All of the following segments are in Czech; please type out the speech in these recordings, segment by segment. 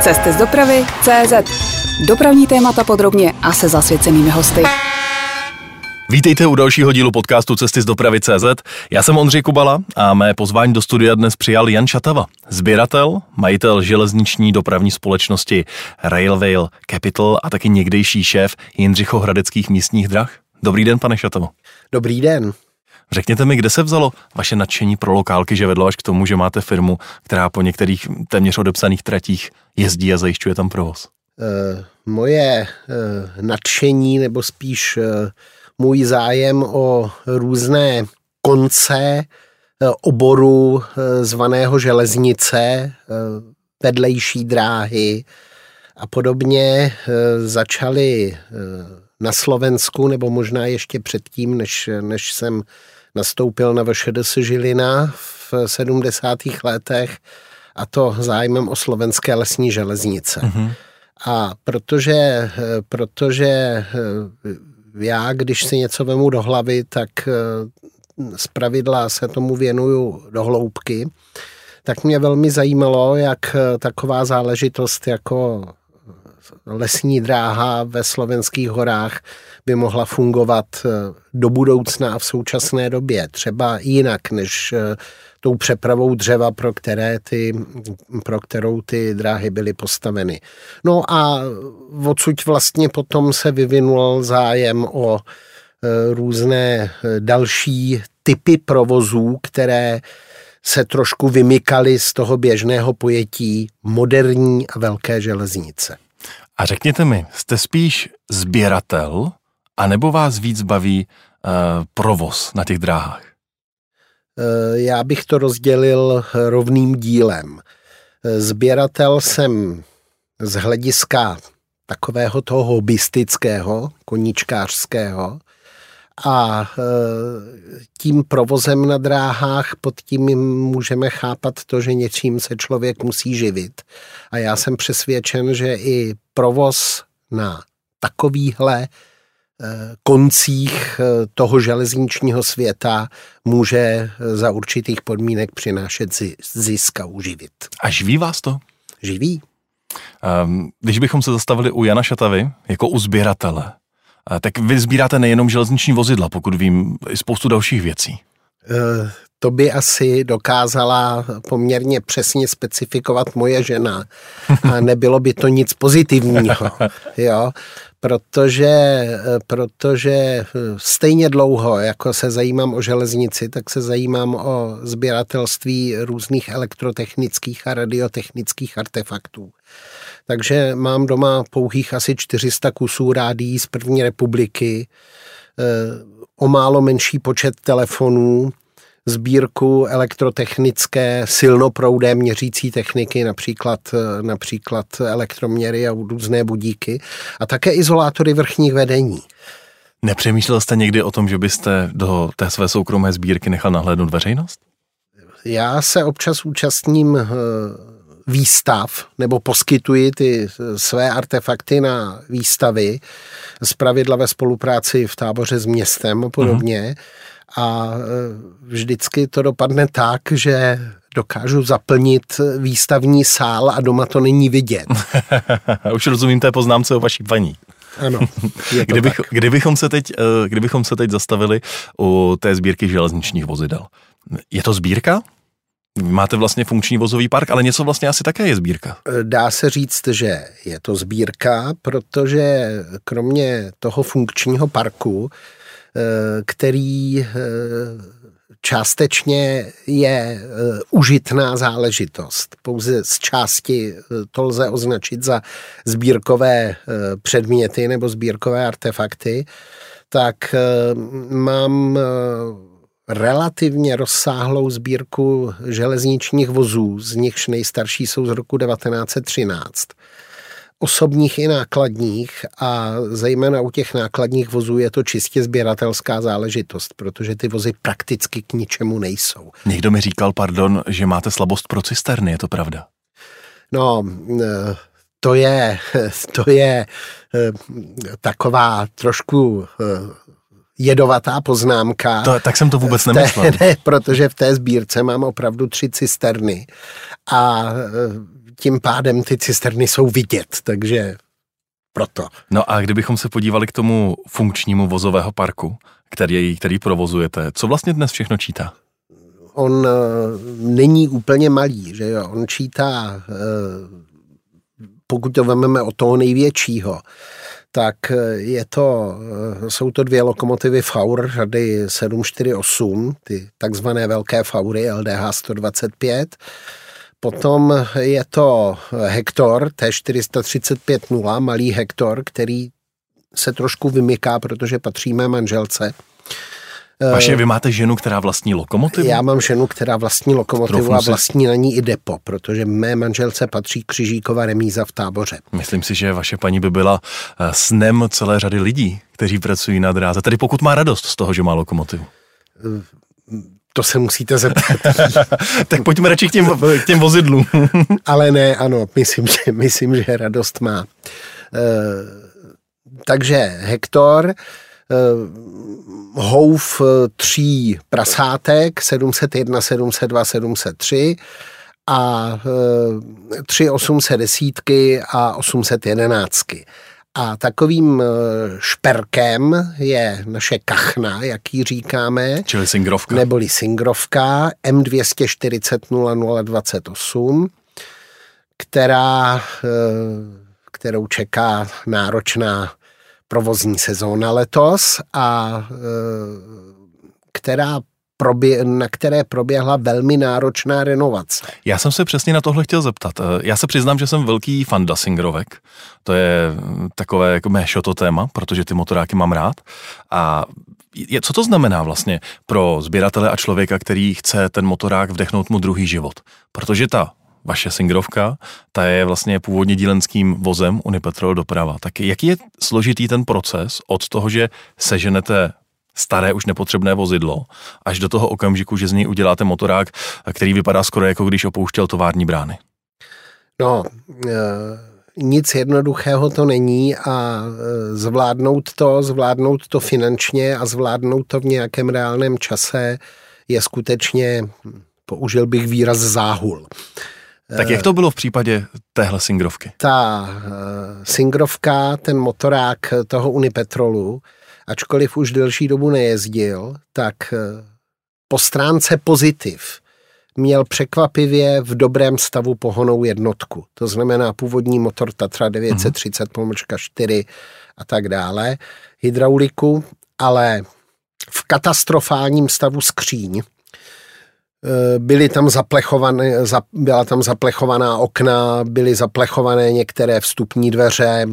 Cesty z dopravy CZ. Dopravní témata podrobně a se zasvěcenými hosty. Vítejte u dalšího dílu podcastu Cesty z dopravy CZ. Já jsem Ondřej Kubala a mé pozvání do studia dnes přijal Jan Šatava, sběratel, majitel železniční dopravní společnosti Railways Capital a taky někdejší šéf Jindřichohradeckých místních drah. Dobrý den, pane Šatavo. Dobrý den. Řekněte mi, kde se vzalo vaše nadšení pro lokálky, že vedlo až k tomu, že máte firmu, která po některých téměř odepsaných tratích jezdí a zajišťuje tam provoz? Moje nadšení, nebo spíš můj zájem o různé konce oboru zvaného železnice, vedlejší dráhy a podobně začaly na Slovensku, nebo možná ještě předtím, než jsem nastoupil na VŠDS Žilina v 70. letech, a to zájmem o slovenské lesní železnice. Mm-hmm. A protože já, když si něco vemu do hlavy, tak zpravidla se tomu věnuju do hloubky, tak mě velmi zajímalo, jak taková záležitost jako lesní dráha ve slovenských horách by mohla fungovat do budoucna a v současné době. Třeba jinak, než tou přepravou dřeva, pro kterou ty dráhy byly postaveny. No a odsud vlastně potom se vyvinul zájem o různé další typy provozů, které se trošku vymykaly z toho běžného pojetí moderní a velké železnice. A řekněte mi, jste spíš sběratel, anebo vás víc baví provoz na těch dráhách? Já bych to rozdělil rovným dílem. Sběratel jsem z hlediska takového toho hobbystického, koníčkářského, a tím provozem na dráhách pod tím můžeme chápat to, že něčím se člověk musí živit. A já jsem přesvědčen, že i provoz na takovýchhle koncích toho železničního světa může za určitých podmínek přinášet zisk a uživit. A živí vás to? Živí. Když bychom se zastavili u Jana Šatavy, jako u sběratele, tak vy sbíráte nejenom železniční vozidla, pokud vím, i spoustu dalších věcí. To by asi dokázala poměrně přesně specifikovat moje žena. A nebylo by to nic pozitivního. Jo? Protože stejně dlouho, jako se zajímám o železnici, tak se zajímám o sběratelství různých elektrotechnických a radiotechnických artefaktů. Takže mám doma pouhých asi 400 kusů rádií z první republiky, o málo menší počet telefonů, sbírku elektrotechnické silnoproudé měřící techniky, například elektroměry a různé budíky, a také izolátory vrchních vedení. Nepřemýšlel jste někdy o tom, že byste do té své soukromé sbírky nechal nahlédnout veřejnost? Já se občas účastním výstav, nebo poskytuji ty své artefakty na výstavy, zpravidla ve spolupráci v Táboře s městem a podobně. A vždycky to dopadne tak, že dokážu zaplnit výstavní sál a doma to není vidět. Už rozumím té poznámce o vaší paní. Ano. Kdybychom se teď zastavili u té sbírky železničních vozidel. Je to sbírka? Máte vlastně funkční vozový park, ale něco vlastně asi také je sbírka. Dá se říct, že je to sbírka, protože kromě toho funkčního parku, který částečně je užitná záležitost, pouze z části to lze označit za sbírkové předměty nebo sbírkové artefakty, tak mám relativně rozsáhlou sbírku železničních vozů, z nichž nejstarší jsou z roku 1913. Osobních i nákladních, a zejména u těch nákladních vozů je to čistě sběratelská záležitost, protože ty vozy prakticky k ničemu nejsou. Někdo mi říkal, že máte slabost pro cisterny, je to pravda? No, to je taková trošku jedovatá poznámka. Tak jsem to vůbec nemyslel. Ne, protože v té sbírce mám opravdu 3 cisterny a tím pádem ty cisterny jsou vidět, takže proto. No a kdybychom se podívali k tomu funkčnímu vozového parku, který provozujete, co vlastně dnes všechno čítá? On není úplně malý, že jo, on čítá, pokud to vezmeme od toho největšího, tak jsou to 2 lokomotivy FAUR řady 748, ty takzvané velké FAURy LDH 125. Potom je to Hektor T435-0, malý Hektor, který se trošku vymyká, protože patří mé manželce. Vy máte ženu, která vlastní lokomotivu? Já mám ženu, která vlastní lokomotivu a vlastní na ní i depo, protože mé manželce patří Křižíkova remíza v Táboře. Myslím si, že vaše paní by byla snem celé řady lidí, kteří pracují na dráze. Tedy pokud má radost z toho, že má lokomotivu. To se musíte zeptat. Tak pojďme radši k těm vozidlům. Ale ne, ano, myslím, že radost má. Takže Hektor, houf 3 prasátek, 701, 702, 703 a 3 810 a 811. A takovým šperkem je naše kachna, jak ji říkáme. Čili singrovka. Neboli singrovka M240 0028, kterou čeká náročná provozní sezóna letos a na které proběhla velmi náročná renovace. Já jsem se přesně na tohle chtěl zeptat. Já se přiznám, že jsem velký fanda singrovek. To je takové jako mé šoto téma, protože ty motoráky mám rád. A co to znamená vlastně pro sběratele a člověka, který chce ten motorák vdechnout mu druhý život? Protože ta vaše singrovka, ta je vlastně původně dílenským vozem Unipetrol Doprava. Tak jaký je složitý ten proces od toho, že seženete staré už nepotřebné vozidlo, až do toho okamžiku, že z něj uděláte motorák, který vypadá skoro jako když opouštěl tovární brány? Nic jednoduchého to není a zvládnout to finančně a zvládnout to v nějakém reálném čase je skutečně, použil bych výraz, záhul. Tak jak to bylo v případě téhle singrovky? Ta singrovka, ten motorák toho Unipetrolu, ačkoliv už delší dobu nejezdil, tak po stránce pozitiv měl překvapivě v dobrém stavu pohonnou jednotku. To znamená původní motor Tatra 930-4 a tak dále, hydrauliku, ale v katastrofálním stavu skříň. Byla tam zaplechovaná okna, byly zaplechované některé vstupní dveře,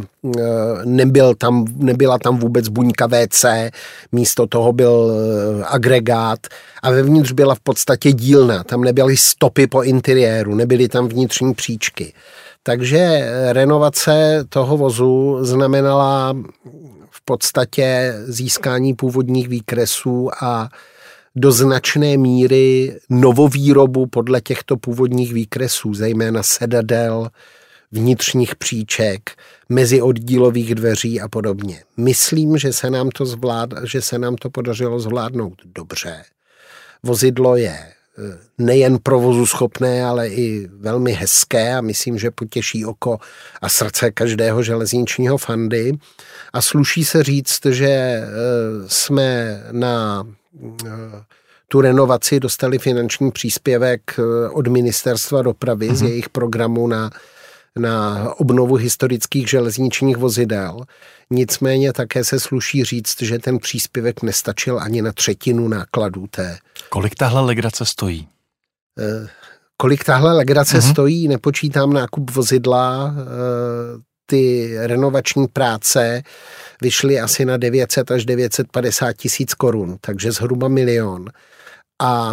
nebyla tam vůbec buňka WC, místo toho byl agregát a vevnitř byla v podstatě dílna, tam nebyly stopy po interiéru, nebyly tam vnitřní příčky. Takže renovace toho vozu znamenala v podstatě získání původních výkresů a do značné míry novovýrobu podle těchto původních výkresů, zejména sedadel, vnitřních příček, mezioddílových dveří a podobně. Myslím, že se nám to podařilo zvládnout dobře. Vozidlo je nejen provozu schopné, ale i velmi hezké a myslím, že potěší oko a srdce každého železničního fandy. A sluší se říct, že jsme na tu renovaci dostali finanční příspěvek od Ministerstva dopravy z jejich programu na obnovu historických železničních vozidel. Nicméně také se sluší říct, že ten příspěvek nestačil ani na 1/3 nákladů té. Kolik tahle legrace stojí? Kolik tahle legrace stojí? Nepočítám nákup vozidla. Ty renovační práce vyšly asi na 900 až 950 tisíc korun, takže zhruba 1 milion. A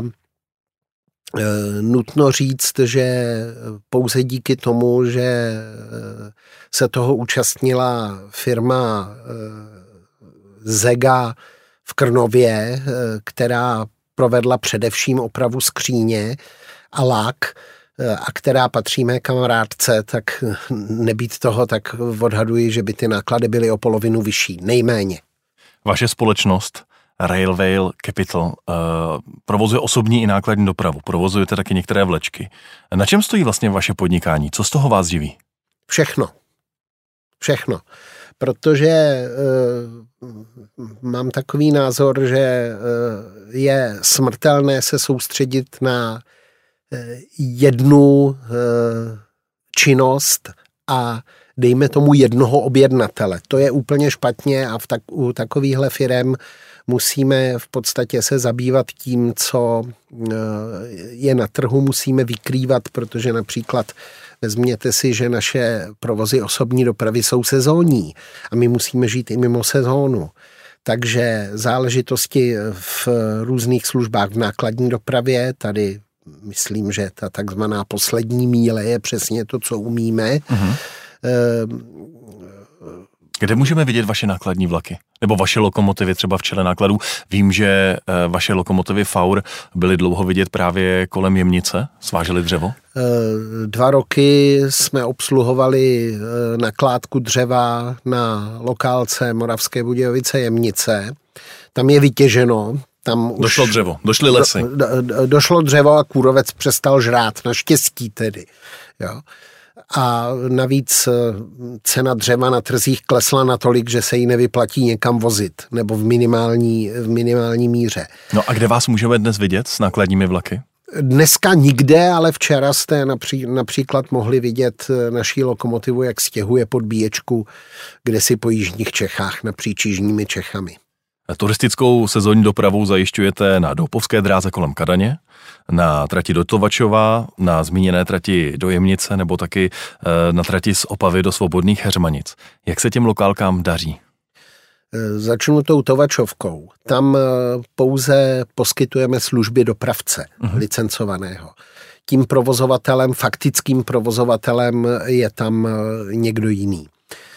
nutno říct, že pouze díky tomu, že se toho účastnila firma Zega v Krnově, která provedla především opravu skříně a lak, a která patří mé kamarádce, tak nebýt toho, tak odhaduji, že by ty náklady byly o polovinu vyšší, nejméně. Vaše společnost Railway Capital provozuje osobní i nákladní dopravu. Provozujete taky některé vlečky. Na čem stojí vlastně vaše podnikání? Co z toho vás živí? Všechno. Protože mám takový názor, že je smrtelné se soustředit na jednu činnost a dejme tomu jednoho objednatele. To je úplně špatně a u takovýchhle firem musíme v podstatě se zabývat tím, co je na trhu, musíme vykrývat, protože například vezměte si, že naše provozy osobní dopravy jsou sezónní a my musíme žít i mimo sezónu. Takže záležitosti v různých službách v nákladní dopravě, tady myslím, že ta takzvaná poslední míle je přesně to, co umíme. Kde můžeme vidět vaše nákladní vlaky? Nebo vaše lokomotivy třeba v čele nákladů? Vím, že vaše lokomotivy FAUR byly dlouho vidět právě kolem Jemnice, svážely dřevo. 2 roky jsme obsluhovali nakládku dřeva na lokálce Moravské Budějovice Jemnice. Tam je vytěženo. Došlo dřevo, došly lesy. Došlo dřevo a kůrovec přestal žrát, naštěstí tedy. Jo. A navíc cena dřeva na trzích klesla natolik, že se jí nevyplatí někam vozit, nebo v minimální míře. No a kde vás můžeme dnes vidět s nákladními vlaky? Dneska nikde, ale včera jste například mohli vidět naší lokomotivu, jak stěhuje podbíječku kdesi po jižních Čechách, napříč jižními Čechami. Turistickou sezónní dopravu zajišťujete na Doupovské dráze kolem Kadaně, na trati do Tovačova, na zmíněné trati do Jemnice nebo taky na trati z Opavy do Svobodných Heřmanic. Jak se těm lokálkám daří? Začnu tou Tovačovkou. Tam pouze poskytujeme služby dopravce licencovaného. Tím provozovatelem, faktickým provozovatelem je tam někdo jiný.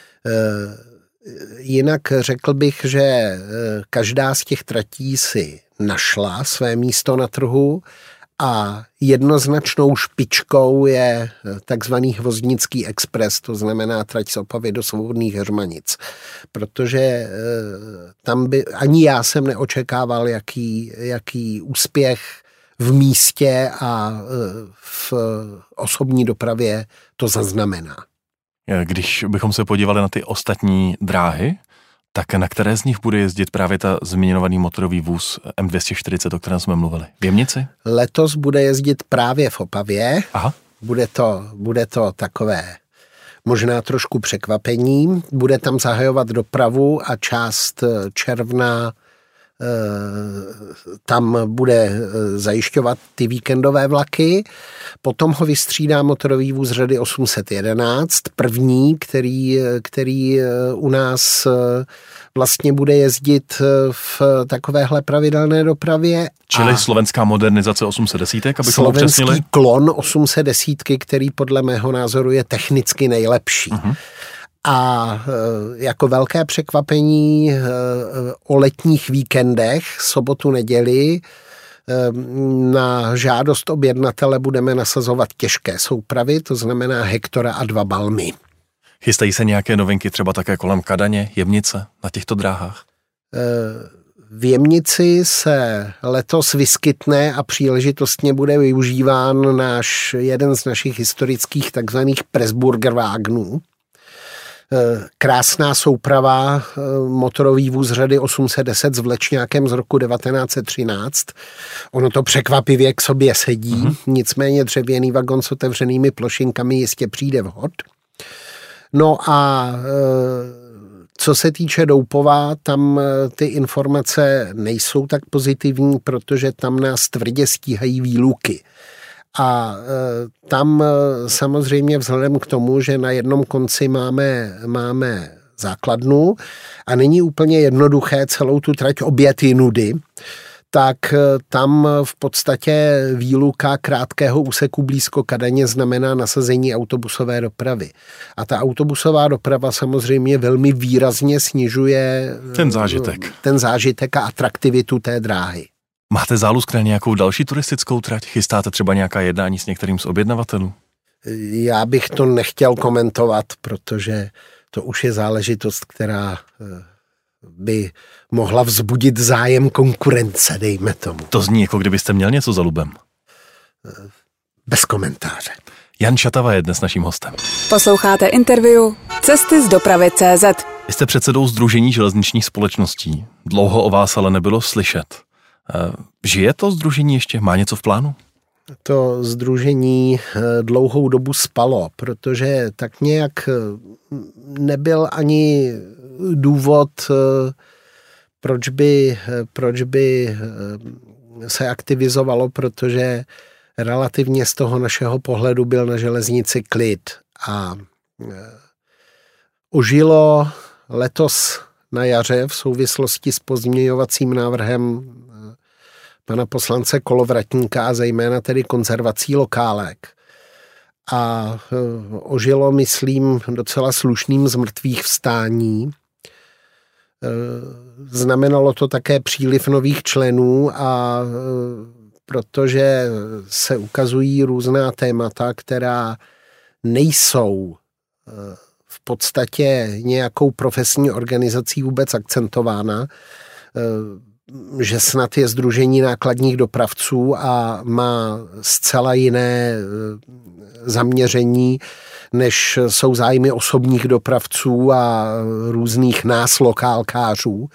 Jinak řekl bych, že každá z těch tratí si našla své místo na trhu a jednoznačnou špičkou je takzvaný Hvoznický expres, to znamená trať z Opavy do Svobodných Heřmanic. Protože tam ani já jsem neočekával, jaký úspěch v místě a v osobní dopravě to zaznamená. Když bychom se podívali na ty ostatní dráhy, tak na které z nich bude jezdit právě ta zmiňovaný motorový vůz M240, o kterém jsme mluvili? V Jemnici? Letos bude jezdit právě v Opavě. Aha. Bude to takové možná trošku překvapení. Bude tam zahajovat dopravu a část června tam bude zajišťovat ty víkendové vlaky. Potom ho vystřídá motorový vůz řady 811, první, který u nás vlastně bude jezdit v takovéhle pravidelné dopravě. Čili slovenská modernizace 810, abychom upřesnili? Slovenský klon 810, který podle mého názoru je technicky nejlepší. A jako velké překvapení o letních víkendech, sobotu, neděli, na žádost objednatele budeme nasazovat těžké soupravy, to znamená Hektora a 2 Balmy. Chystají se nějaké novinky třeba také kolem Kadaně, Jemnice na těchto dráhách? V Jemnici se letos vyskytne a příležitostně bude využíván jeden z našich historických takzvaných Pressburger vágnů. Krásná souprava, motorový vůz řady 810 s vlečňákem z roku 1913. Ono to překvapivě k sobě sedí, nicméně dřevěný vagon s otevřenými plošinkami jistě přijde vhod. No a co se týče Doupova, tam ty informace nejsou tak pozitivní, protože tam nás tvrdě stíhají výluky. A tam samozřejmě vzhledem k tomu, že na jednom konci máme základnu a není úplně jednoduché celou tu trať objet jinudy, tak tam v podstatě výluka krátkého úseku blízko Kadaně znamená nasazení autobusové dopravy. A ta autobusová doprava samozřejmě velmi výrazně snižuje ten zážitek a atraktivitu té dráhy. Máte zálusk na nějakou další turistickou trať? Chystáte třeba nějaká jednání s některým z objednavatelů? Já bych to nechtěl komentovat, protože to už je záležitost, která by mohla vzbudit zájem konkurence, dejme tomu. To zní, jako kdybyste měl něco za lubem. Bez komentáře. Jan Šatava je dnes naším hostem. Posloucháte interview Cesty z dopravy.cz. Vy jste předsedou Sdružení železničních společností. Dlouho o vás ale nebylo slyšet. Žije to sdružení ještě? Má něco v plánu? To sdružení dlouhou dobu spalo, protože tak nějak nebyl ani důvod, proč by se aktivizovalo, protože relativně z toho našeho pohledu byl na železnici klid. A ožilo letos na jaře v souvislosti s pozměňovacím návrhem pana poslance Kolovratníka a zejména tedy konzervací lokálek. A ožilo, myslím, docela slušným zmrtvých vstání. Znamenalo to také příliv nových členů a protože se ukazují různá témata, která nejsou v podstatě nějakou profesní organizací vůbec akcentována, že snad je sdružení nákladních dopravců a má zcela jiné zaměření, než jsou zájmy osobních dopravců a různých nás lokálkářů.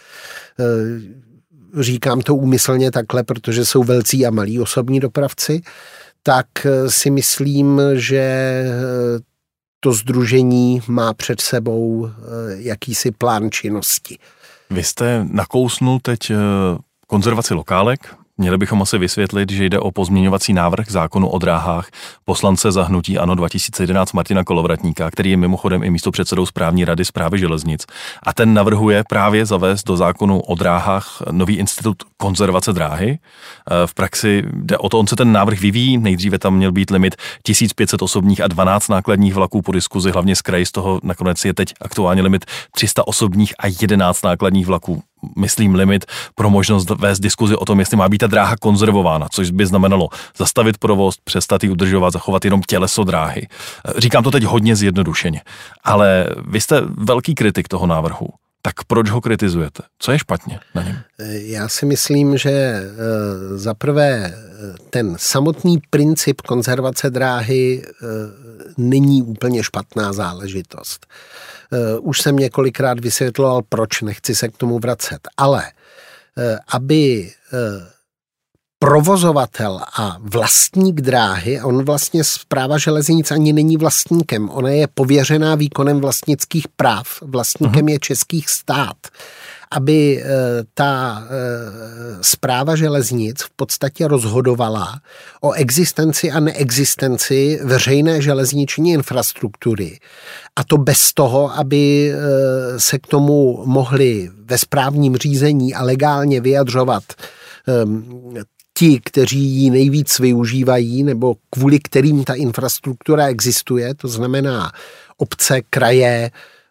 Říkám to úmyslně takhle, protože jsou velcí a malí osobní dopravci, tak si myslím, že to sdružení má před sebou jakýsi plán činnosti. Vy jste nakousnul teď konzervaci lokálek. Měli bychom asi vysvětlit, že jde o pozměňovací návrh zákonu o dráhách poslance za hnutí ANO 2011 Martina Kolovratníka, který je mimochodem i místopředsedou správní rady Správy železnic. A ten navrhuje právě zavést do zákonu o dráhách nový institut konzervace dráhy. V praxi jde o to, on se ten návrh vyvíjí. Nejdříve tam měl být limit 1500 osobních a 12 nákladních vlaků po diskuzi, hlavně z kraje, z toho nakonec je teď aktuálně limit 300 osobních a 11 nákladních vlaků. Myslím limit pro možnost vést diskuzi o tom, jestli má být ta dráha konzervována, což by znamenalo zastavit provoz, přestat ji udržovat, zachovat jenom těleso dráhy. Říkám to teď hodně zjednodušeně, ale vy jste velký kritik toho návrhu. Tak proč ho kritizujete? Co je špatně na něm? Já si myslím, že zaprvé ten samotný princip konzervace dráhy není úplně špatná záležitost. Už jsem několikrát vysvětloval, proč, nechci se k tomu vracet. Ale aby provozovatel a vlastník dráhy, on vlastně Správa železnic ani není vlastníkem, ona je pověřená výkonem vlastnických práv, vlastníkem je český stát. Aby ta Správa železnic v podstatě rozhodovala o existenci a neexistenci veřejné železniční infrastruktury. A to bez toho, aby se k tomu mohli ve správním řízení a legálně vyjadřovat ti, kteří ji nejvíc využívají, nebo kvůli kterým ta infrastruktura existuje, to znamená obce, kraje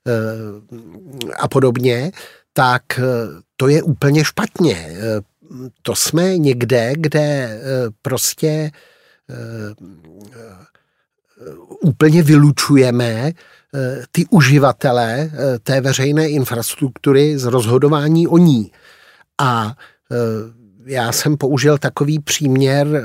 a podobně, tak to je úplně špatně. To jsme někde, kde prostě úplně vylučujeme ty uživatele té veřejné infrastruktury z rozhodování o ní. A já jsem použil takový příměr,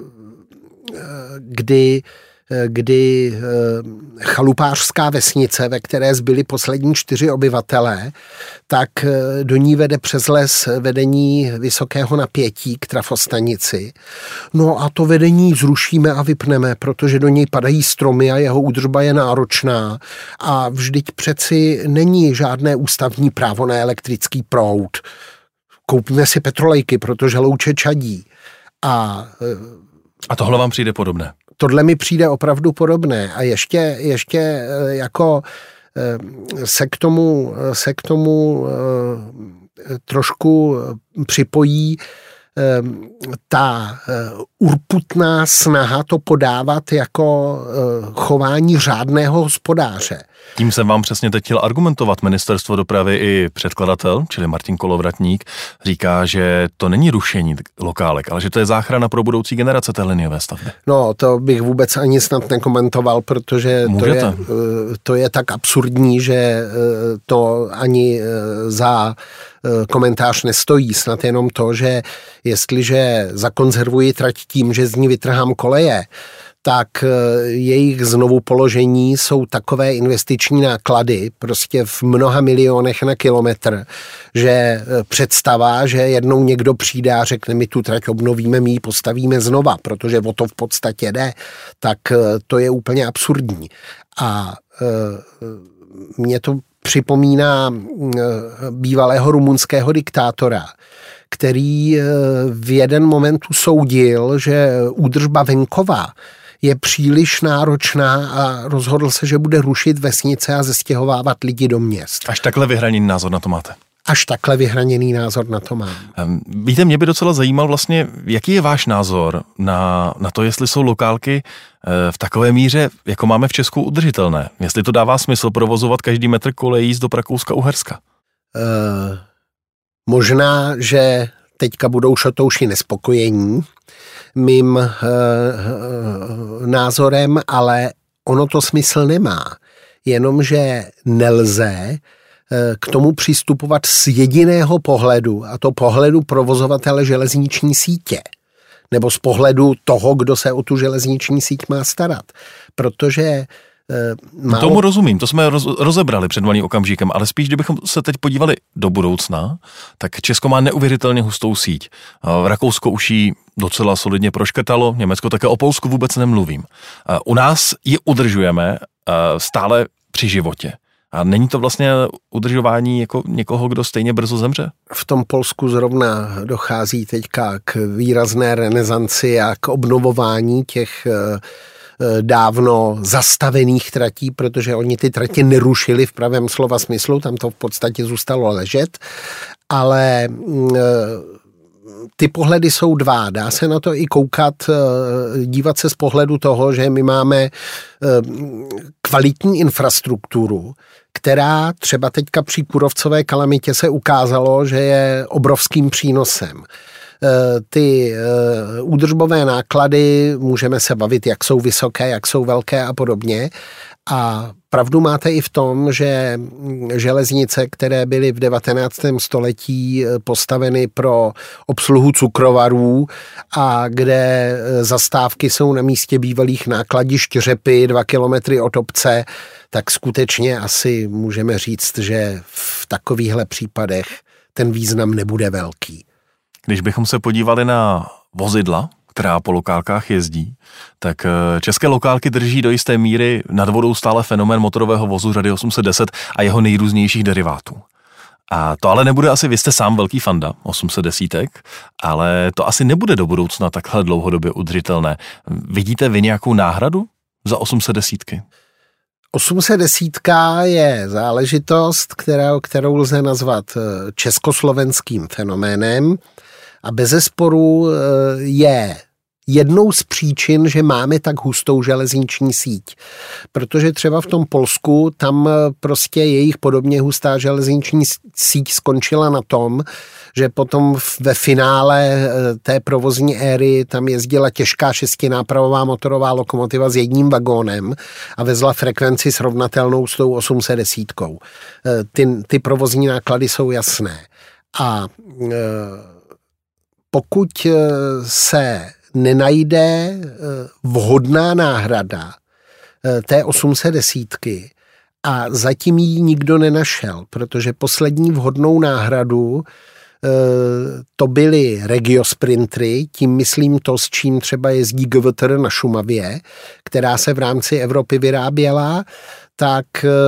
kdy chalupářská vesnice, ve které zbyli poslední 4 obyvatelé, tak do ní vede přes les vedení vysokého napětí k trafostanici. No a to vedení zrušíme a vypneme, protože do něj padají stromy a jeho údržba je náročná. A vždyť přeci není žádné ústavní právo na elektrický proud. Koupíme si petrolejky, protože louče čadí. A tohle vám přijde podobné? Tohle mi přijde opravdu podobné. A ještě jako se k tomu trošku připojí ta urputná snaha to podávat jako chování řádného hospodáře. Tím jsem vám přesně teď chtěl argumentovat. Ministerstvo dopravy i předkladatel, čili Martin Kolovratník, říká, že to není rušení lokálek, ale že to je záchrana pro budoucí generace té liniové stavby. No, to bych vůbec ani snad nekomentoval, protože to je tak absurdní, že to ani za komentář nestojí. Snad jenom to, že jestliže zakonzervuji trať tím, že z ní vytrhám koleje, tak jejich znovu položení jsou takové investiční náklady, prostě v mnoha milionech na kilometr, že představa, že jednou někdo přijde a řekne, my tu trať obnovíme, my ji postavíme znova, protože o to v podstatě jde, tak to je úplně absurdní. A mě to připomíná bývalého rumunského diktátora, který v jeden moment usoudil, že údržba venkova je příliš náročná a rozhodl se, že bude rušit vesnice a zestěhovávat lidi do měst. Až takhle vyhraněný názor na to máte? Až takhle vyhraněný názor na to mám. Víte, mě by docela zajímal vlastně, jaký je váš názor na to, jestli jsou lokálky v takové míře, jako máme v Česku, udržitelné. Jestli to dává smysl provozovat každý metr kolejí do Rakouska-Uherska? Možná, že teďka budou šotouši nespokojení mým názorem, ale ono to smysl nemá. Jenomže nelze k tomu přistupovat z jediného pohledu, a to pohledu provozovatele železniční sítě, nebo z pohledu toho, kdo se o tu železniční síť má starat. Protože Tomu rozumím, to jsme rozebrali před malým okamžikem, ale spíš, kdybychom se teď podívali do budoucna, tak Česko má neuvěřitelně hustou síť. Rakousko už ji docela solidně proškrtalo, Německo také, o Polsku vůbec nemluvím. U nás ji udržujeme stále při životě. A není to vlastně udržování jako někoho, kdo stejně brzo zemře? V tom Polsku zrovna dochází teďka k výrazné renesanci a k obnovování těch dávno zastavených tratí, protože oni ty tratě nerušili v pravém slova smyslu, tam to v podstatě zůstalo ležet, ale ty pohledy jsou dva. Dá se na to i koukat, dívat se z pohledu toho, že my máme kvalitní infrastrukturu, která třeba teďka při kůrovcové kalamitě se ukázalo, že je obrovským přínosem. Ty údržbové náklady, můžeme se bavit, jak jsou vysoké, jak jsou velké a podobně. A pravdu máte i v tom, že železnice, které byly v 19. století postaveny pro obsluhu cukrovarů a kde zastávky jsou na místě bývalých nákladišť řepy 2 kilometry od obce, tak skutečně asi můžeme říct, že v takovýchhle případech ten význam nebude velký. Když bychom se podívali na vozidla, která po lokálkách jezdí, tak české lokálky drží do jisté míry nad vodou stále fenomén motorového vozu řady 810 a jeho nejrůznějších derivátů. A to ale nebude asi, vy jste sám velký fanda 810, ale to asi nebude do budoucna takhle dlouhodobě udržitelné. Vidíte vy nějakou náhradu za 810? 810 je záležitost, kterou lze nazvat československým fenoménem a bezesporu je jednou z příčin, že máme tak hustou železniční síť. Protože třeba v tom Polsku tam prostě jejich podobně hustá železniční síť skončila na tom, že potom ve finále té provozní éry tam jezdila těžká šestinápravová motorová lokomotiva s jedním vagónem a vezla frekvenci srovnatelnou s tou 810. Ty provozní náklady jsou jasné. A pokud se nenajde vhodná náhrada té 810 a zatím ji nikdo nenašel, protože poslední vhodnou náhradu to byly regiosprintry, tím myslím to, s čím třeba jezdí GVTR na Šumavě, která se v rámci Evropy vyráběla, tak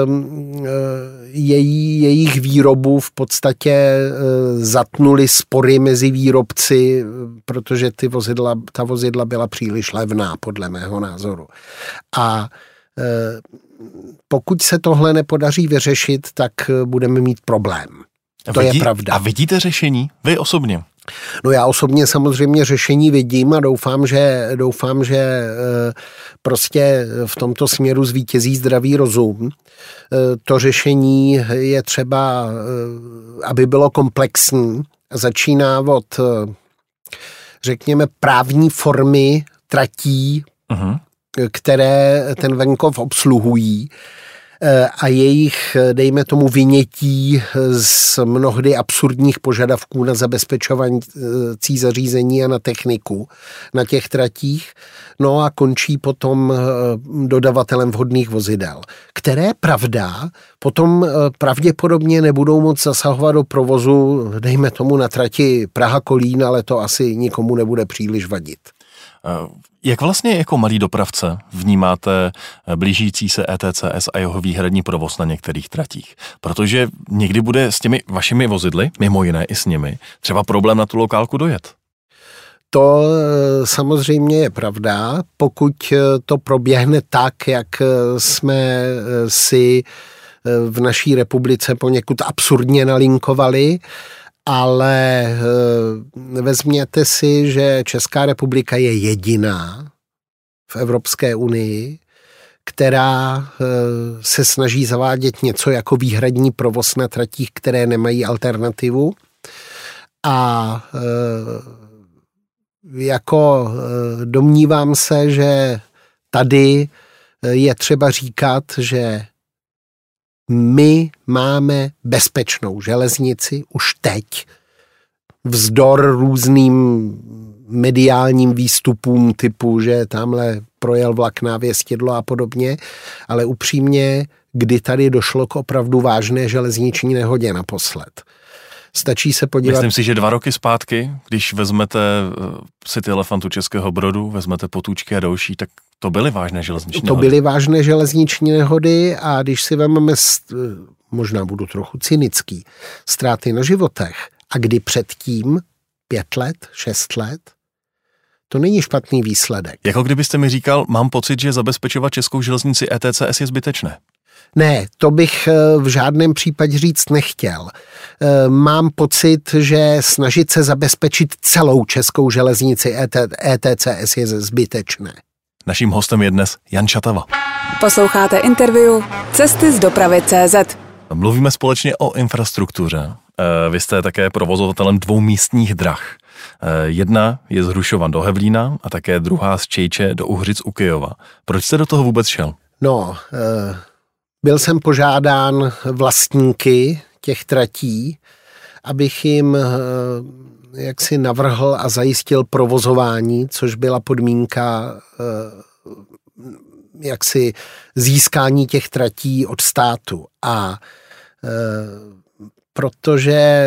jejich výrobu v podstatě zatnuli spory mezi výrobci, protože ta vozidla byla příliš levná, podle mého názoru. A pokud se tohle nepodaří vyřešit, tak budeme mít problém. To je pravda. A vidíte řešení? Vy osobně? No já osobně samozřejmě řešení vidím a doufám, že prostě v tomto směru zvítězí zdravý rozum. To řešení je třeba, aby bylo komplexní. Začíná od, řekněme, právní formy tratí, které ten venkov obsluhují, a jejich, dejme tomu, vynětí z mnohdy absurdních požadavků na zabezpečovací zařízení a na techniku na těch tratích, no a končí potom dodavatelem vhodných vozidel, které, pravda, potom pravděpodobně nebudou moc zasahovat do provozu, dejme tomu na trati Praha-Kolín, ale to asi nikomu nebude příliš vadit. Jak vlastně jako malý dopravce vnímáte blížící se ETCS a jeho výhradní provoz na některých tratích? Protože někdy bude s těmi vašimi vozidly, mimo jiné i s nimi, třeba problém na tu lokálku dojet. To samozřejmě je pravda, pokud to proběhne tak, jak jsme si v naší republice poněkud absurdně nalinkovali, ale vezměte si, že Česká republika je jediná v Evropské unii, která se snaží zavádět něco jako výhradní provoz na tratích, které nemají alternativu. A jako domnívám se, že tady je třeba říkat, že my máme bezpečnou železnici už teď, vzdor různým mediálním výstupům typu, že tamhle projel vlak na Věstědlo a podobně, ale upřímně, kdy tady došlo k opravdu vážné železniční nehodě naposled. Stačí se podívat... Myslím si, že 2 roky zpátky, když vezmete City Elefantu Českého Brodu, vezmete Potůčky a další, tak to byly vážné železniční nehody. To byly vážné železniční nehody a když si vezmeme, možná budu trochu cynický, ztráty na životech a kdy předtím 5 let, 6 let, to není špatný výsledek. Jako kdybyste mi říkal, mám pocit, že zabezpečovat českou železnici ETCS je zbytečné. Ne, to bych v žádném případě říct nechtěl. Mám pocit, že snažit se zabezpečit celou českou železnici ETCS je zbytečné. Naším hostem je dnes Jan Šatava. Posloucháte interview Cesty z dopravy.cz. Mluvíme společně o infrastruktuře. Vy jste také provozovatelem 2 místních drah. Jedna je z Hrušovan do Hevlína a také druhá z Čejče do Uhřic u Kyjova. Proč jste do toho vůbec šel? No, byl jsem požádán vlastníky těch tratí, abych jim jaksi navrhl a zajistil provozování, což byla podmínka jaksi získání těch tratí od státu. A protože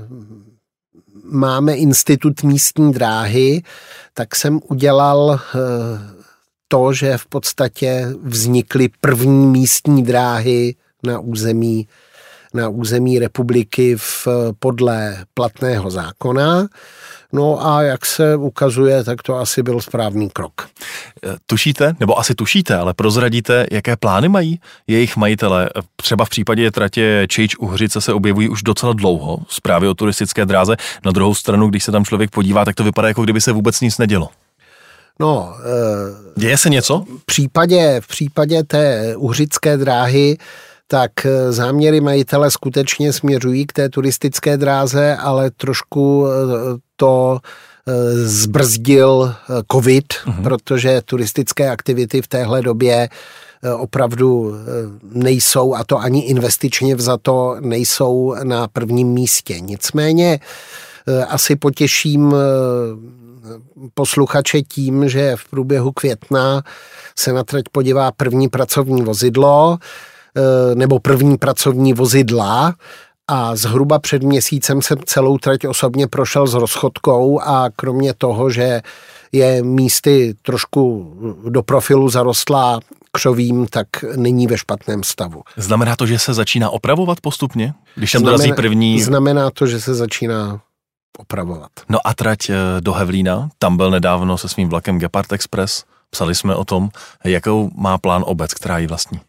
máme institut místní dráhy, tak jsem udělal to, že v podstatě vznikly první místní dráhy na území republiky podle platného zákona. No a jak se ukazuje, tak to asi byl správný krok. Tušíte, nebo asi tušíte, ale prozradíte, jaké plány mají jejich majitele? Třeba v případě tratě Čejč-Uhřice se objevují už docela dlouho zprávy o turistické dráze. Na druhou stranu, když se tam člověk podívá, tak to vypadá, jako kdyby se vůbec nic nedělo. No, děje se něco? V případě té uhřické dráhy, tak záměry majitele skutečně směřují k té turistické dráze, ale trošku to zbrzdil covid, protože turistické aktivity v téhle době opravdu nejsou, a to ani investičně vzato, nejsou na prvním místě. Nicméně asi potěším posluchače tím, že v průběhu května se na trať podívá první pracovní vozidlo nebo první pracovní vozidla a zhruba před měsícem jsem celou trať osobně prošel s rozchodkou a kromě toho, že je místy trošku do profilu zarostlá křovím, tak není ve špatném stavu. Znamená to, že se začíná opravovat postupně? Když tam dorazí první... Znamená to, že se začíná opravovat. No a trať do Hevlína, tam byl nedávno se svým vlakem Gepard Express. Psali jsme o tom, jakou má plán obec, která ji vlastní.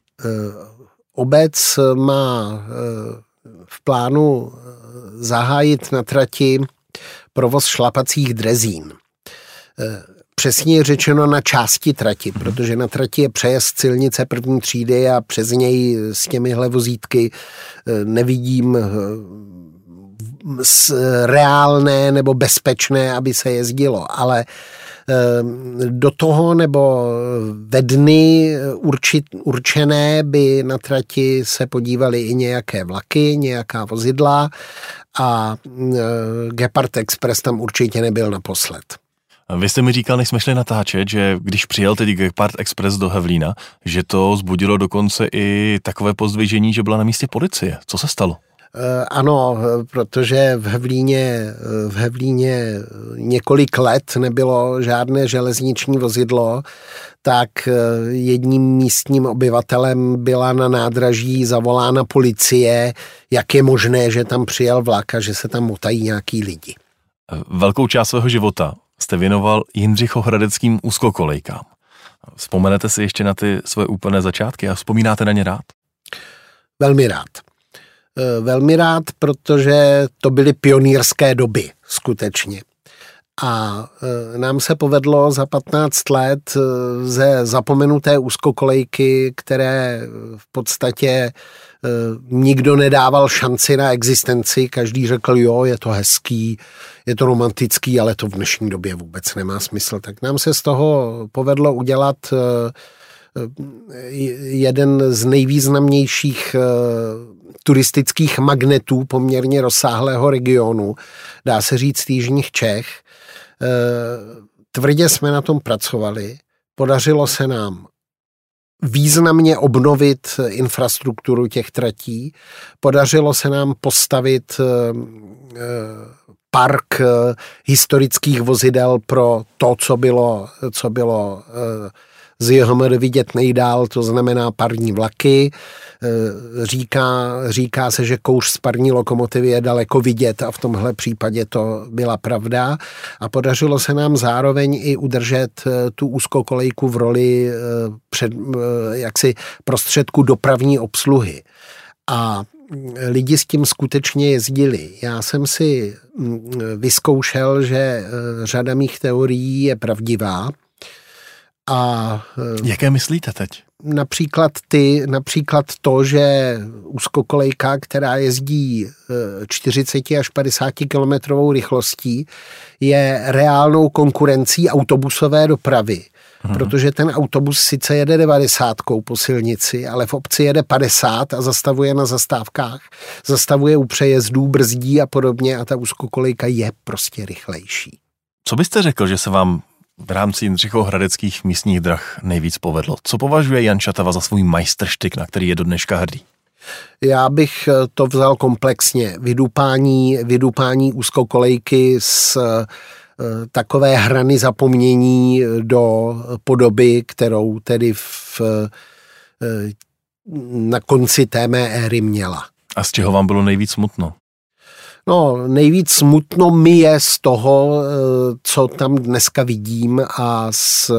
Obec má v plánu zahájit na trati provoz šlapacích drezín. Přesně řečeno na části trati, protože na trati je přejezd silnice první třídy a přes něj s těmihle vozítky nevidím reálné nebo bezpečné, aby se jezdilo, ale do toho nebo ve dny určené by na trati se podívaly i nějaké vlaky, nějaká vozidla a Gepard Express tam určitě nebyl naposled. Vy jste mi říkal, než jsme šli natáčet, že když přijel teď Gepard Express do Havlína, že to vzbudilo dokonce i takové pozdvižení, že byla na místě policie. Co se stalo? Ano, protože v Havlíně několik let nebylo žádné železniční vozidlo, tak jedním místním obyvatelem byla na nádraží zavolána policie, jak je možné, že tam přijel vlak a že se tam motají nějaký lidi. Velkou část svého života jste věnoval jindřichohradeckým úzkokolejkám. Vzpomenete si ještě na ty své úplné začátky a vzpomínáte na ně rád? Velmi rád. Velmi rád, protože to byly pionýrské doby, skutečně. A nám se povedlo za 15 let ze zapomenuté úzkokolejky, které v podstatě nikdo nedával šanci na existenci, každý řekl, jo, je to hezký, je to romantický, ale to v dnešní době vůbec nemá smysl. Tak nám se z toho povedlo udělat jeden z nejvýznamnějších turistických magnetů poměrně rozsáhlého regionu, dá se říct jižních Čech. Tvrdě jsme na tom pracovali, podařilo se nám významně obnovit infrastrukturu těch tratí, podařilo se nám postavit park historických vozidel pro to, co bylo z JHMD vidět nejdál, to znamená parní vlaky. Říká se, že kouř z parní lokomotivy je daleko vidět a v tomhle případě to byla pravda. A podařilo se nám zároveň i udržet tu úzkokolejku v roli jaksi prostředku dopravní obsluhy. A lidi s tím skutečně jezdili. Já jsem si vyzkoušel, že řada mých teorií je pravdivá. A jaké myslíte teď? Například to, že úzkokolejka, která jezdí 40 až 50 kilometrovou rychlostí, je reálnou konkurencí autobusové dopravy. Protože ten autobus sice jede 90 po silnici, ale v obci jede 50 a zastavuje na zastávkách, zastavuje u přejezdů, brzdí a podobně a ta úzkokolejka je prostě rychlejší. Co byste řekl, že se vám v rámci jindřichohradeckých místních drah nejvíc povedlo? Co považuje Jan Šatava za svůj majstrštyk, na který je do dneška hrdý? Já bych to vzal komplexně. Vydupání úzkokolejky z takové hrany zapomnění do podoby, kterou tedy na konci té mé éry měla. A z čeho vám bylo nejvíc smutno? No, nejvíc smutno mi je z toho, co tam dneska vidím a z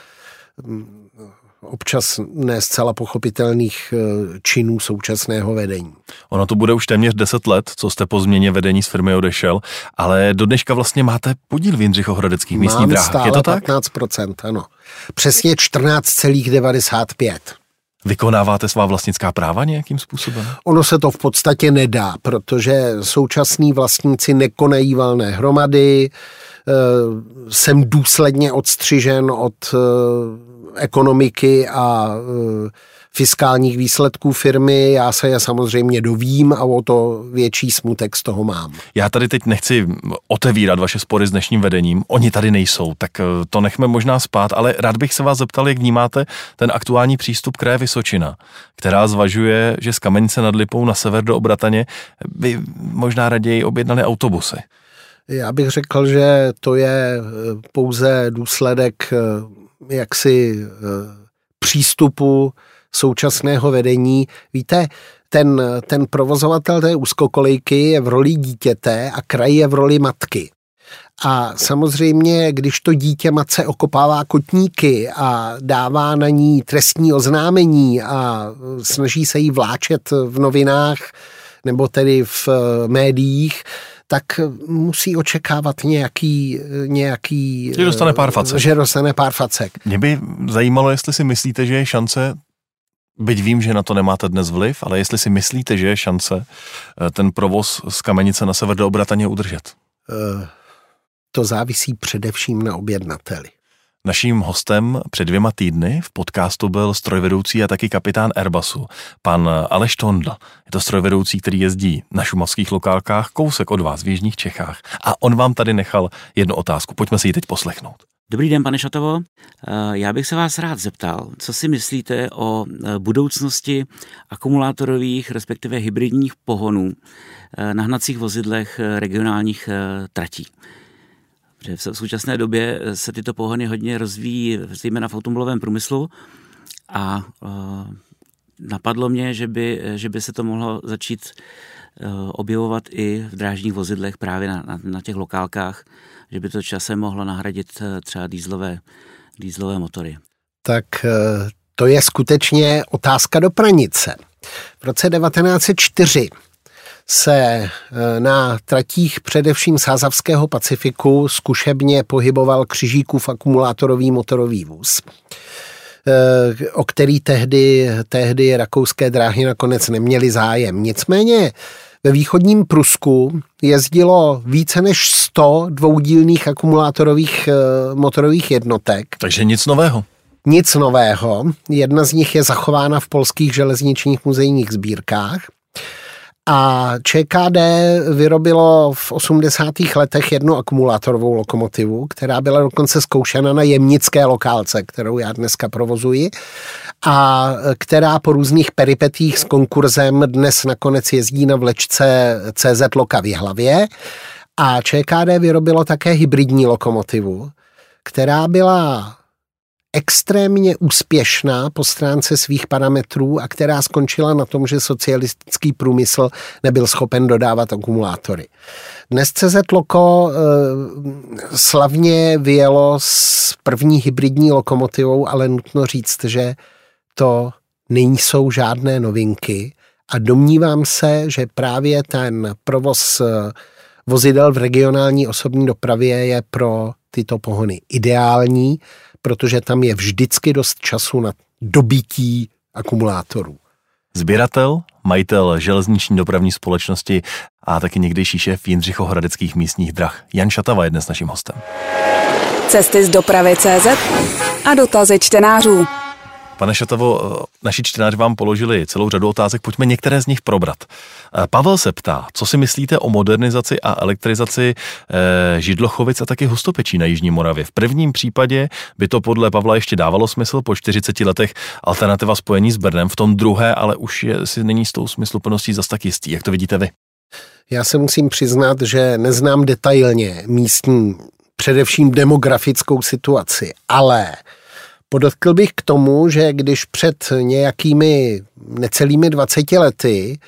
občas ne zcela pochopitelných činů současného vedení. Ono to bude už téměř 10 let, co jste po změně vedení z firmy odešel, ale do dneška vlastně máte podíl v jindřichohradeckých místních dráhách. Je to tak? 15%, ano. Přesně 14,95%. Vykonáváte svá vlastnická práva nějakým způsobem? Ono se to v podstatě nedá, protože současní vlastníci nekonají valné hromady, jsem důsledně odstřižen od ekonomiky a fiskálních výsledků firmy, já se je samozřejmě dovím a o to větší smutek z toho mám. Já tady teď nechci otevírat vaše spory s dnešním vedením, oni tady nejsou, tak to nechme možná spát, ale rád bych se vás zeptal, jak vnímáte ten aktuální přístup kraje Vysočina, která zvažuje, že z Kamenice nad Lipou na sever do Obrataně by možná raději objednali autobusy. Já bych řekl, že to je pouze důsledek jaksi přístupu současného vedení. Víte, ten provozovatel té úzkokolejky je v roli dítěte a kraj je v roli matky. A samozřejmě, když to dítě matce okopává kotníky a dává na ní trestní oznámení a snaží se jí vláčet v novinách nebo tedy v médiích, tak musí očekávat nějaký že dostane pár facek. Že dostane pár facek. Mě by zajímalo, jestli si myslíte, že je šance, byť vím, že na to nemáte dnes vliv, ale jestli si myslíte, že je šance ten provoz z Kamenice na sever do Obrataně udržet? To závisí především na objednateli. Naším hostem před 2 týdny v podcastu byl strojvedoucí a taky kapitán Airbusu, pan Aleš Tondl. Je to strojvedoucí, který jezdí na šumavských lokálkách kousek od vás v jižních Čechách. A on vám tady nechal jednu otázku. Pojďme si ji teď poslechnout. Dobrý den, pane Šatavo. Já bych se vás rád zeptal, co si myslíte o budoucnosti akumulátorových, respektive hybridních pohonů na hnacích vozidlech regionálních tratí. V současné době se tyto pohony hodně rozvíjí, zejména v automobilovém průmyslu, a napadlo mě, že by se to mohlo začít objevovat i v drážních vozidlech právě na těch lokálkách, že by to časem mohlo nahradit třeba dieselové motory. Tak to je skutečně otázka do pranice. V roce 1904 se na tratích především Sázavského Pacifiku zkušebně pohyboval Křižíkův akumulátorový motorový vůz, o který tehdy rakouské dráhy nakonec neměly zájem. Nicméně ve východním Prusku jezdilo více než 100 dvoudílných akumulátorových motorových jednotek. Takže nic nového. Nic nového. Jedna z nich je zachována v polských železničních muzejních sbírkách. A ČKD vyrobilo v 80. letech jednu akumulátorovou lokomotivu, která byla dokonce zkoušena na jemnické lokálce, kterou já dneska provozuji, a která po různých peripetích s konkurzem dnes nakonec jezdí na vlečce CZ Loka v Jihlavě. A ČKD vyrobilo také hybridní lokomotivu, která byla extrémně úspěšná po stránce svých parametrů a která skončila na tom, že socialistický průmysl nebyl schopen dodávat akumulátory. Dnes CZ Loko slavně vyjelo s první hybridní lokomotivou, ale nutno říct, že to nejsou žádné novinky a domnívám se, že právě ten provoz vozidel v regionální osobní dopravě je pro tyto pohony ideální, protože tam je vždycky dost času na dobytí akumulátorů. Sběratel, majitel železniční dopravní společnosti a taky někdejší šéf Jindřichohradeckých místních drah Jan Šatava je dnes naším hostem. Cesty z dopravy.cz a dotazy čtenářů. Pane Šatavo, naši čtenáři vám položili celou řadu otázek, pojďme některé z nich probrat. Pavel se ptá, co si myslíte o modernizaci a elektrizaci Židlochovic a taky Hustopečí na Jižní Moravě. V prvním případě by to podle Pavla ještě dávalo smysl, po 40 letech alternativa spojení s Brnem, v tom druhé ale už si není s tou smysluplností zas tak jistý. Jak to vidíte vy? Já se musím přiznat, že neznám detailně místní, především demografickou situaci, ale podotkl bych k tomu, že když před nějakými necelými 20 lety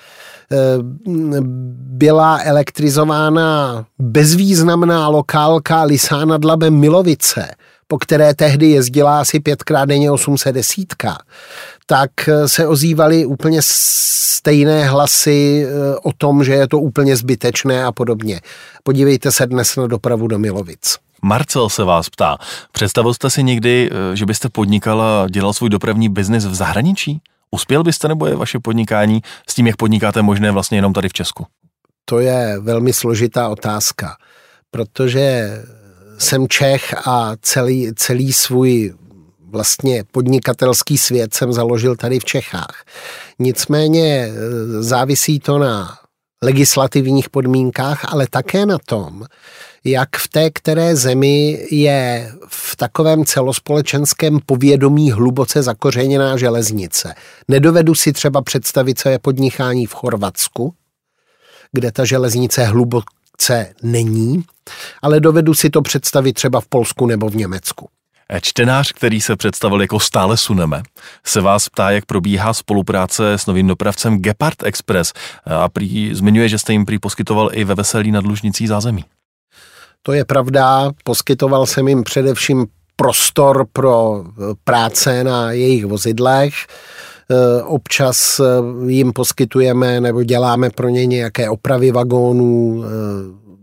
byla elektrizována bezvýznamná lokálka Lysá nad Labem Milovice, po které tehdy jezdila asi 5krát denně 810, tak se ozývaly úplně stejné hlasy o tom, že je to úplně zbytečné a podobně. Podívejte se dnes na dopravu do Milovic. Marcel se vás ptá, představil jste si někdy, že byste podnikal a dělal svůj dopravní biznis v zahraničí? Uspěl byste, nebo je vaše podnikání s tím, jak podnikáte, možné vlastně jenom tady v Česku? To je velmi složitá otázka, protože jsem Čech a celý svůj vlastně podnikatelský svět jsem založil tady v Čechách. Nicméně závisí to na legislativních podmínkách, ale také na tom, jak v té které zemi je v takovém celospolečenském povědomí hluboce zakořeněná železnice. Nedovedu si třeba představit, co je podnikání v Chorvatsku, kde ta železnice hluboce není, ale dovedu si to představit třeba v Polsku nebo v Německu. Čtenář, který se představil jako Stále suneme, se vás ptá, jak probíhá spolupráce s novým dopravcem Gepard Express a zmiňuje, že jste jim poskytoval i ve Veselí nad Lužnicí zázemí. To je pravda, poskytoval jsem jim především prostor pro práce na jejich vozidlech. Občas jim poskytujeme nebo děláme pro ně nějaké opravy vagónů,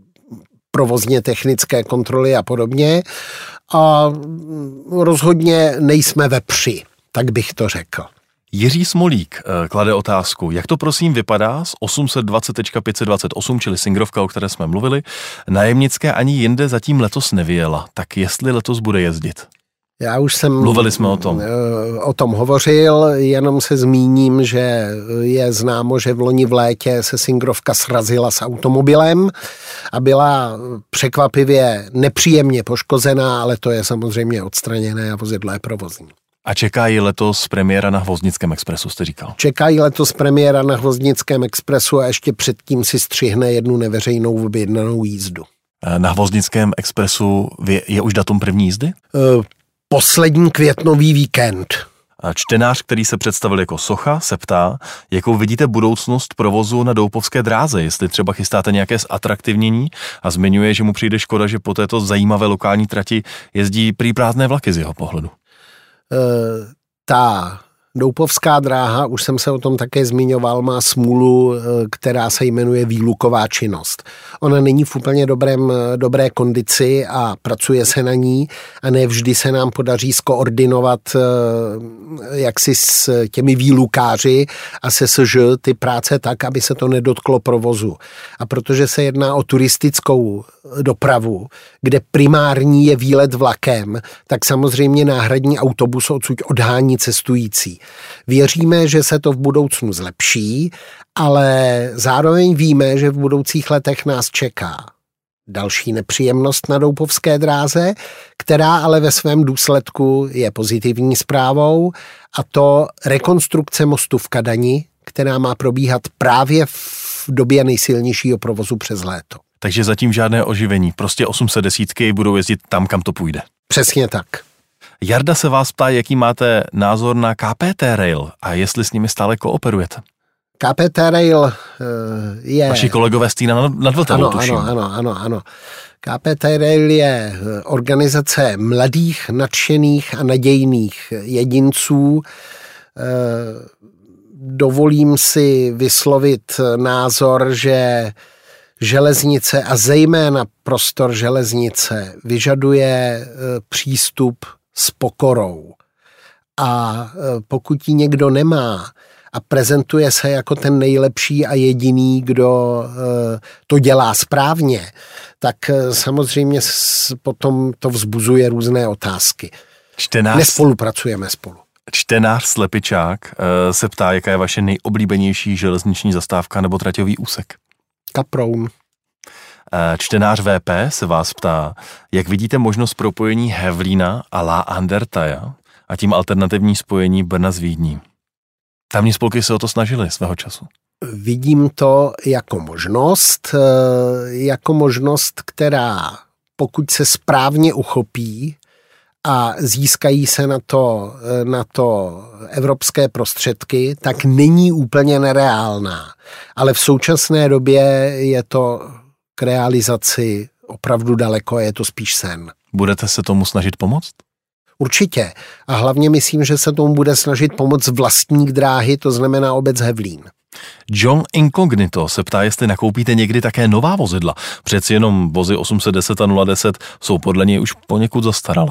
provozně technické kontroly a podobně. A rozhodně nejsme vepři, tak bych to řekl. Jiří Smolík klade otázku, jak to prosím vypadá s 820.528, čili Singrovka, o které jsme mluvili. Nájemnické ani jinde zatím letos nevyjela, tak jestli letos bude jezdit? Já už jsem mluvili jsme o tom hovořil, jenom se zmíním, že je známo, že v loni v létě se Singrovka srazila s automobilem a byla překvapivě nepříjemně poškozená, ale to je samozřejmě odstraněné a vozidlo je provozní. A čeká ji letos premiéra na Hvoznickém expresu, jste říkal? Čekají letos premiéra na Hvoznickém expresu a ještě předtím si střihne jednu neveřejnou objednanou jízdu. Na Hvoznickém expresu je už datum první jízdy? Poslední květnový víkend. A čtenář, který se představil jako Socha, se ptá, jakou vidíte budoucnost provozu na Doupovské dráze, jestli třeba chystáte nějaké zatraktivnění, a zmiňuje, že mu přijde škoda, že po této zajímavé lokální trati jezdí prý prázdné vlaky z jeho pohledu. Ta Doupovská dráha, už jsem se o tom také zmiňoval, má smůlu, která se jmenuje výluková činnost. Ona není v úplně dobré kondici a pracuje se na ní a ne vždy se nám podaří skoordinovat jaksi s těmi výlukáři a se SŽ ty práce tak, aby se to nedotklo provozu. A protože se jedná o turistickou dopravu, kde primární je výlet vlakem, tak samozřejmě náhradní autobus odsud odhání cestující. Věříme, že se to v budoucnu zlepší, ale zároveň víme, že v budoucích letech nás čeká další nepříjemnost na Doupovské dráze, která ale ve svém důsledku je pozitivní zprávou, a to rekonstrukce mostu v Kadani, která má probíhat právě v době nejsilnějšího provozu přes léto. Takže zatím žádné oživení, prostě 810 budou jezdit tam, kam to půjde. Přesně tak. Jarda se vás ptá, jaký máte názor na KPT Rail a jestli s nimi stále kooperujete. KPT Rail je... Vaši kolegové z Týna nad Vltavou, tuším. Ano. KPT Rail je organizace mladých, nadšených a nadějných jedinců. Dovolím si vyslovit názor, že železnice a zejména prostor železnice vyžaduje přístup s pokorou. A pokud ji někdo nemá a prezentuje se jako ten nejlepší a jediný, kdo to dělá správně, tak samozřejmě potom to vzbuzuje různé otázky. Nespolupracujeme spolu. Čtenář Slepičák se ptá, jaká je vaše nejoblíbenější železniční zastávka nebo traťový úsek. Kaproun. Čtenář VP se vás ptá, jak vidíte možnost propojení Hevlína a La Andertaja a tím alternativní spojení Brna s Vídní. Tamní spolky se o to snažili svého času. Vidím to jako možnost, která pokud se správně uchopí a získají se na to evropské prostředky, tak není úplně nereálná. Ale v současné době je to k realizaci opravdu daleko, je to spíš sen. Budete se tomu snažit pomoct? Určitě. A hlavně myslím, že se tomu bude snažit pomoct vlastník dráhy, to znamená obec Hevlín. John Incognito se ptá, jestli nakoupíte někdy také nová vozidla. Přeci jenom vozy 810 a 010 jsou podle něj už poněkud zastaralé.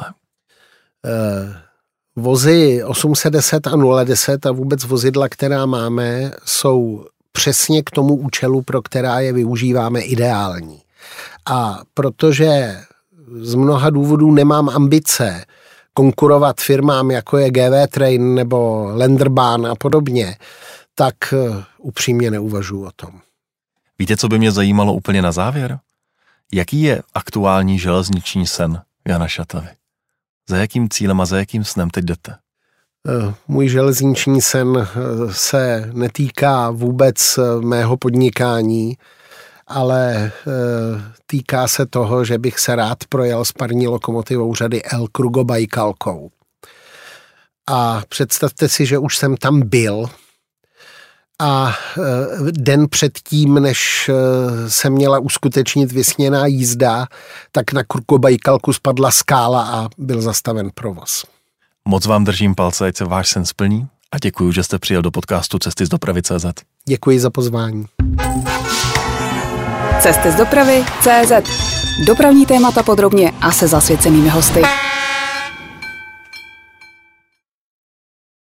Vozy 810 a 010 a vůbec vozidla, která máme, jsou přesně k tomu účelu, pro která je využíváme, ideální. A protože z mnoha důvodů nemám ambice konkurovat firmám, jako je GV Train nebo Lenderbahn a podobně, tak upřímně neuvažuji o tom. Víte, co by mě zajímalo úplně na závěr? Jaký je aktuální železniční sen Jana Šatavy? Za jakým cílem a za jakým snem teď jdete? Můj železniční sen se netýká vůbec mého podnikání, ale týká se toho, že bych se rád projel s parní lokomotivou řady L Krugo-Bajkalkou. A představte si, že už jsem tam byl a den předtím, než se měla uskutečnit vysněná jízda, tak na Krugo-Bajkalku spadla skála a byl zastaven provoz. Moc vám držím palce, ať se váš sen splní, a děkuji, že jste přijel do podcastu Cesty z dopravy.cz. Děkuji za pozvání. Cesty z dopravy.cz Dopravní témata podrobně a se zasvěcenými hosty.